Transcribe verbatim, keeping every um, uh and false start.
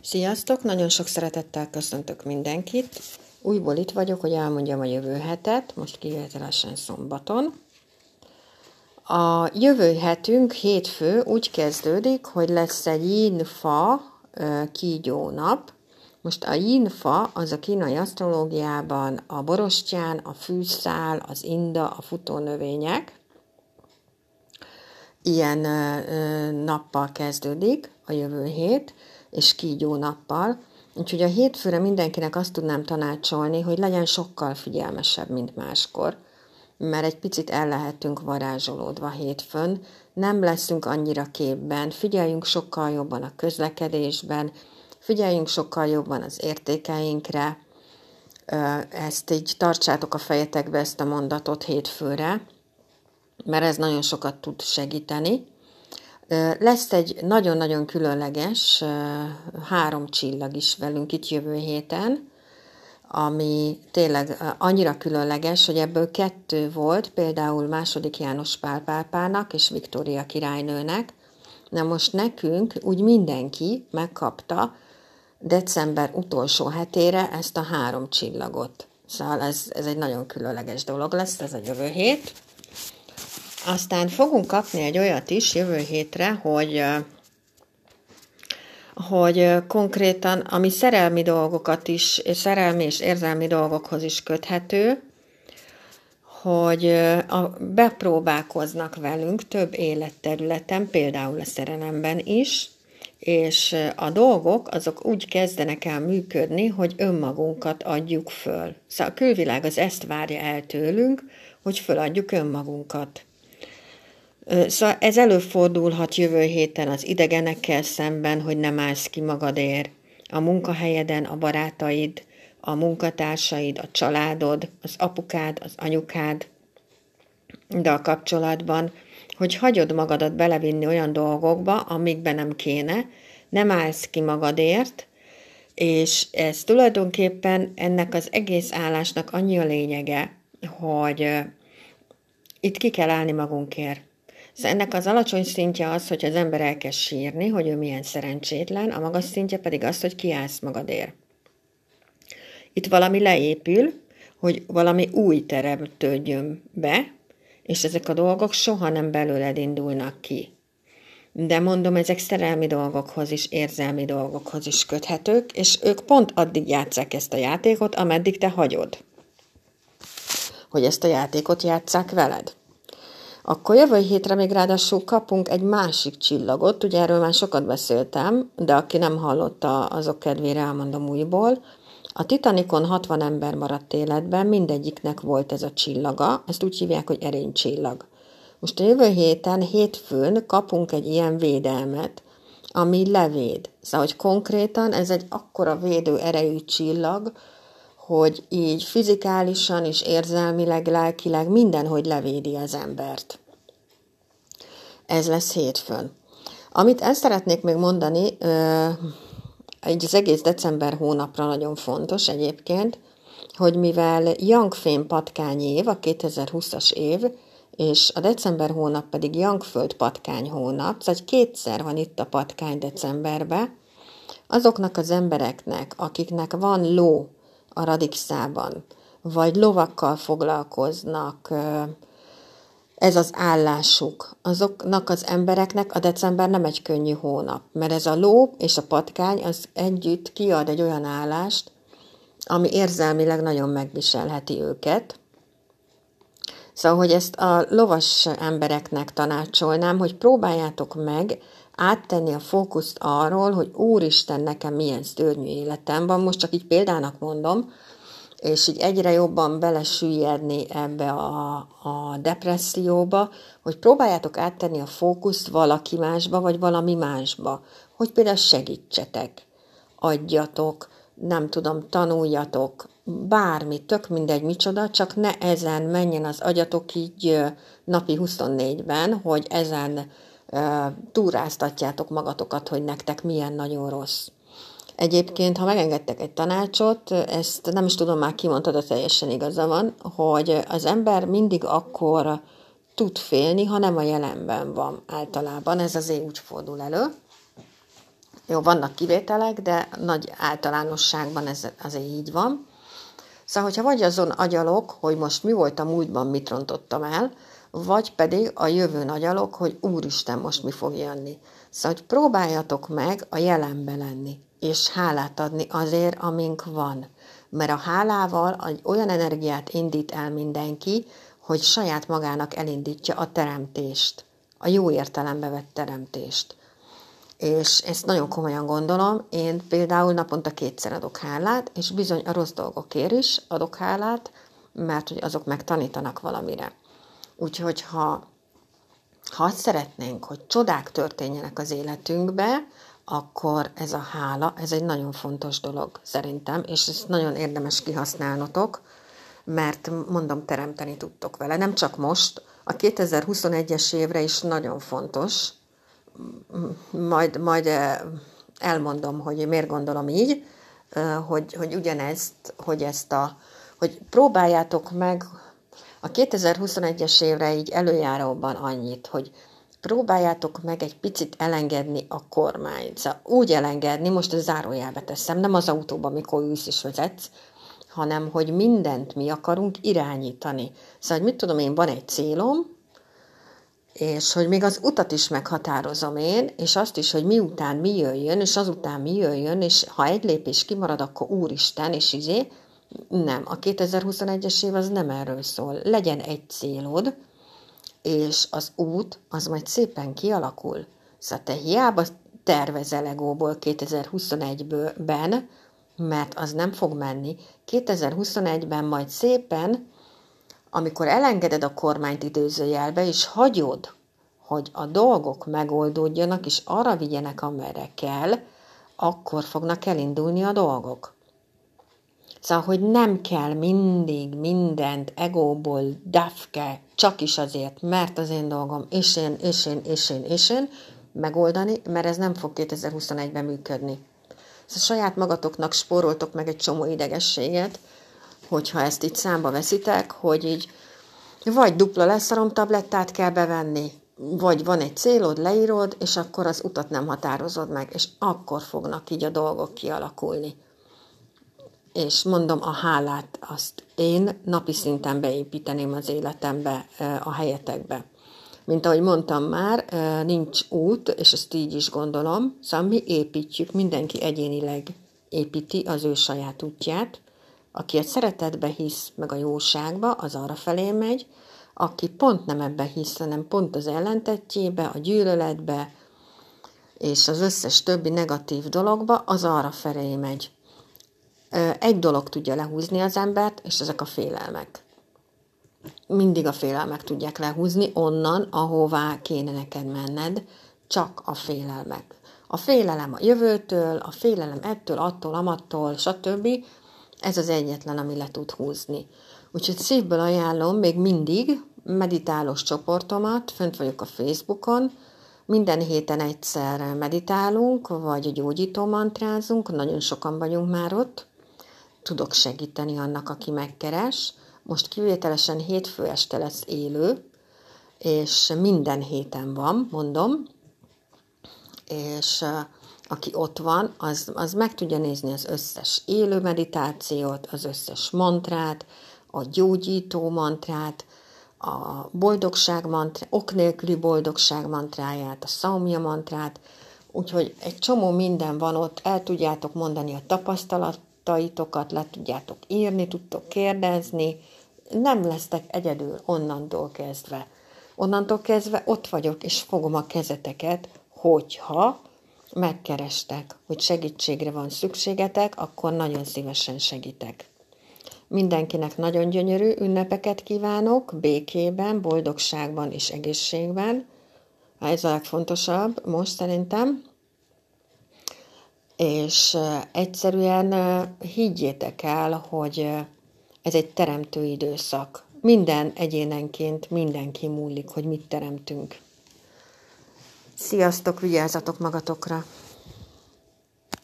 Sziasztok! Nagyon sok szeretettel köszöntök mindenkit. Újból itt vagyok, hogy elmondjam a jövő hetet, most kivételesen szombaton. A jövő hetünk hétfő úgy kezdődik, hogy lesz egy yin-fa kígyónap. Most a yin-fa az a kínai asztrológiában a borostyán, a fűszál, az inda, a futónövények. Ilyen nappal kezdődik a jövő hét, és kígyó nappal. Úgyhogy a hétfőre mindenkinek azt tudnám tanácsolni, hogy legyen sokkal figyelmesebb, mint máskor, mert egy picit el lehetünk varázsolódva hétfőn, nem leszünk annyira képben, figyeljünk sokkal jobban a közlekedésben, figyeljünk sokkal jobban az értékeinkre, ezt így tartsátok a fejetekbe, ezt a mondatot hétfőre, mert ez nagyon sokat tud segíteni. Lesz egy nagyon-nagyon különleges három csillag is velünk itt jövő héten, ami tényleg annyira különleges, hogy ebből kettő volt, például második János Pál pápának és Viktória királynőnek. Na most nekünk úgy mindenki megkapta december utolsó hetére ezt a három csillagot. Szóval ez, ez egy nagyon különleges dolog lesz, ez a jövő hét. Aztán fogunk kapni egy olyat is jövő hétre, hogy, hogy konkrétan, ami szerelmi dolgokat is, szerelmi és érzelmi dolgokhoz is köthető, hogy a, bepróbálkoznak velünk több életterületen, például a szerelemben is, és a dolgok azok úgy kezdenek el működni, hogy önmagunkat adjuk föl. Szóval a külvilág az ezt várja el tőlünk, hogy föladjuk önmagunkat. Szóval ez előfordulhat jövő héten az idegenekkel szemben, hogy nem állsz ki magadért. A munkahelyeden a barátaid, a munkatársaid, a családod, az apukád, az anyukád, de a kapcsolatban, hogy hagyod magadat belevinni olyan dolgokba, amikben nem kéne, nem állsz ki magadért, és ez tulajdonképpen ennek az egész állásnak annyi a lényege, hogy itt ki kell állni magunkért. Szóval ennek az alacsony szintje az, hogy az ember elkezd sírni, hogy ő milyen szerencsétlen, a magas szintje pedig az, hogy kiállsz magadért. Itt valami leépül, hogy valami új teremtődjön be, és ezek a dolgok soha nem belőled indulnak ki. De mondom, ezek szerelmi dolgokhoz is, érzelmi dolgokhoz is köthetők, és ők pont addig játsszák ezt a játékot, ameddig te hagyod, hogy ezt a játékot játsszák veled. Akkor jövő hétre még ráadásul kapunk egy másik csillagot, ugye erről már sokat beszéltem, de aki nem hallotta, azok kedvére elmondom újból. A Titanicon hatvan ember maradt életben, mindegyiknek volt ez a csillaga, ezt úgy hívják, hogy erénycsillag. Most a jövő héten, hétfőn kapunk egy ilyen védelmet, ami levéd. Szóval, hogy konkrétan ez egy akkora védő erejű csillag, hogy így fizikálisan és érzelmileg, lelkileg mindenhogy levédi az embert. Ez lesz hétfőn. Amit el szeretnék még mondani, egy az egész december hónapra nagyon fontos egyébként, hogy mivel Yangfén patkány év, a kétezer-húszas év, és a december hónap pedig Yangföld patkány hónap, szóval kétszer van itt a patkány decemberben, azoknak az embereknek, akiknek van ló a radikszában, vagy lovakkal foglalkoznak, ez az állásuk, azoknak az embereknek a december nem egy könnyű hónap, mert ez a ló és a patkány az együtt kiad egy olyan állást, ami érzelmileg nagyon megviselheti őket. Szóval, hogy ezt a lovas embereknek tanácsolnám, hogy próbáljátok meg áttenni a fókuszt arról, hogy úristen, nekem milyen szörnyű életem van, most csak így példának mondom, és így egyre jobban belesüllyedni ebbe a, a depresszióba, hogy próbáljátok áttenni a fókuszt valaki másba, vagy valami másba, hogy például segítsetek, adjatok, nem tudom, tanuljatok, bármi, tök mindegy micsoda, csak ne ezen menjen az agyatok így napi huszonnégyben, hogy ezen uh, túráztatjátok magatokat, hogy nektek milyen nagyon rossz. Egyébként, ha megengedtek egy tanácsot, ezt nem is tudom, már kimondtad, de teljesen igaza van, hogy az ember mindig akkor tud félni, ha nem a jelenben van általában. Ez azért úgy fordul elő. Jó, vannak kivételek, de nagy általánosságban ez azért így van. Szóval, hogyha vagy azon agyalok, hogy most mi volt a múltban, mit rontottam el, vagy pedig a jövőn agyalok, hogy úristen, most mi fog jönni. Szóval, hogy próbáljatok meg a jelenbe lenni, és hálát adni azért, amink van. Mert a hálával egy olyan energiát indít el mindenki, hogy saját magának elindítja a teremtést, a jó értelembe vett teremtést. És ezt nagyon komolyan gondolom, én például naponta kétszer adok hálát, és bizony a rossz dolgokért is adok hálát, mert hogy azok megtanítanak valamire. Úgyhogy ha, ha azt szeretnénk, hogy csodák történjenek az életünkbe, akkor ez a hála, ez egy nagyon fontos dolog szerintem, és ezt nagyon érdemes kihasználnotok, mert mondom, teremteni tudtok vele. Nem csak most, a kétezer-huszonegyes évre is nagyon fontos, majd, majd elmondom, hogy miért gondolom így, hogy, hogy ugyanezt, hogy ezt a, hogy próbáljátok meg a kétezer-huszonegyes évre így előjáróban annyit, hogy próbáljátok meg egy picit elengedni a kormányt. Szóval úgy elengedni, most a zárójelbe teszem, nem az autóban, mikor ülsz és vezetsz, hanem hogy mindent mi akarunk irányítani. Szóval, hogy mit tudom én, van egy célom, és hogy még az utat is meghatározom én, és azt is, hogy miután mi jöjjön, és azután mi jöjjön, és ha egy lépés kimarad, akkor úristen, és izé, nem, a kétezer-huszonegyes év az nem erről szól. Legyen egy célod, és az út, az majd szépen kialakul. Szóval te hiába tervezel egóból kétezer-huszonegyben, mert az nem fog menni. kétezer-huszonegyben majd szépen, amikor elengeded a kormányt időzőjelbe, és hagyod, hogy a dolgok megoldódjanak, és arra vigyenek, amerre kell, akkor fognak elindulni a dolgok. Szóval, hogy nem kell mindig mindent egóból, dafke, csak is azért, mert az én dolgom, és én, és én, és én, és én megoldani, mert ez nem fog kétezer-huszonegyben működni. Szóval saját magatoknak spóroltok meg egy csomó idegességet, hogyha ezt így számba veszitek, hogy így vagy dupla leszaromtablettát kell bevenni, vagy van egy célod, leírod, és akkor az utat nem határozod meg, és akkor fognak így a dolgok kialakulni. És mondom, a hálát azt én napi szinten beépíteném az életembe, a helyetekbe. Mint ahogy mondtam már, nincs út, és ezt így is gondolom, szóval mi építjük, mindenki egyénileg építi az ő saját útját. Aki a szeretetbe hisz, meg a jóságba, az arra felé megy, aki pont nem ebbe hisz, hanem pont az ellentettjébe, a gyűlöletbe, és az összes többi negatív dologba, az arra felé megy. Egy dolog tudja lehúzni az embert, és ezek a félelmek. Mindig a félelmek tudják lehúzni onnan, ahová kéne neked menned, csak a félelmek. A félelem a jövőtől, a félelem ettől, attól, amattól, stb. Ez az egyetlen, ami le tud húzni. Úgyhogy szívből ajánlom még mindig meditálós csoportomat, fönt vagyok a Facebookon, minden héten egyszer meditálunk, vagy gyógyító mantrázunk, nagyon sokan vagyunk már ott, tudok segíteni annak, aki megkeres. Most kivételesen hétfő este lesz élő, és minden héten van, mondom, és aki ott van, az, az meg tudja nézni az összes élő meditációt, az összes mantrát, a gyógyító mantrát, a boldogság mantrát, ok nélküli boldogság mantráját, a Saumya mantrát, úgyhogy egy csomó minden van ott, el tudjátok mondani a tapasztalataitokat, le tudjátok írni, tudtok kérdezni, nem lesztek egyedül onnantól kezdve. Onnantól kezdve ott vagyok, és fogom a kezeteket, hogyha megkerestek, hogy segítségre van szükségetek, akkor nagyon szívesen segítek. Mindenkinek nagyon gyönyörű ünnepeket kívánok, békében, boldogságban és egészségben. Ez a legfontosabb most szerintem. És egyszerűen higgyétek el, hogy ez egy teremtő időszak. Minden egyénenként mindenki múlik, hogy mit teremtünk. Sziasztok, vigyázzatok magatokra!